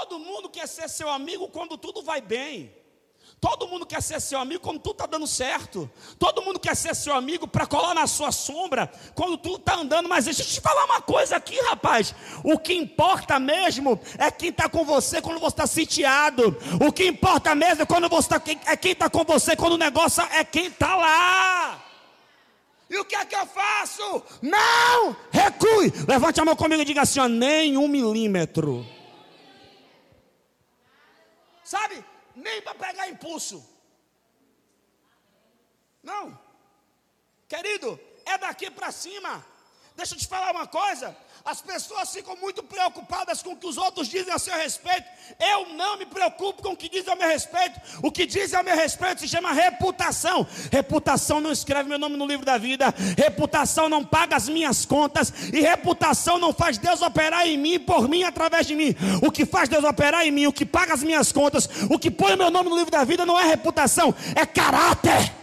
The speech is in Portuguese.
Todo mundo quer ser seu amigo quando tudo vai bem. Todo mundo quer ser seu amigo quando tudo está dando certo. Todo mundo quer ser seu amigo para colar na sua sombra quando tudo está andando. Mas deixa eu te falar uma coisa aqui, rapaz. O que importa mesmo é quem está com você quando você está sitiado. O que importa mesmo é quando você é quem está com você quando o negócio é quem está lá. E o que é que eu faço? Não recue. Levante a mão comigo e diga assim, ó, nem 1 milímetro. Sabe? Nem para pegar impulso. Não. Querido, é daqui para cima. Deixa eu te falar uma coisa. As pessoas ficam muito preocupadas com o que os outros dizem a seu respeito. Eu não me preocupo com o que dizem a meu respeito. O que dizem a meu respeito se chama reputação. Reputação não escreve meu nome no livro da vida. Reputação não paga as minhas contas. E reputação não faz Deus operar em mim, por mim, através de mim. O que faz Deus operar em mim, o que paga as minhas contas, o que põe o meu nome no livro da vida não é reputação, é caráter.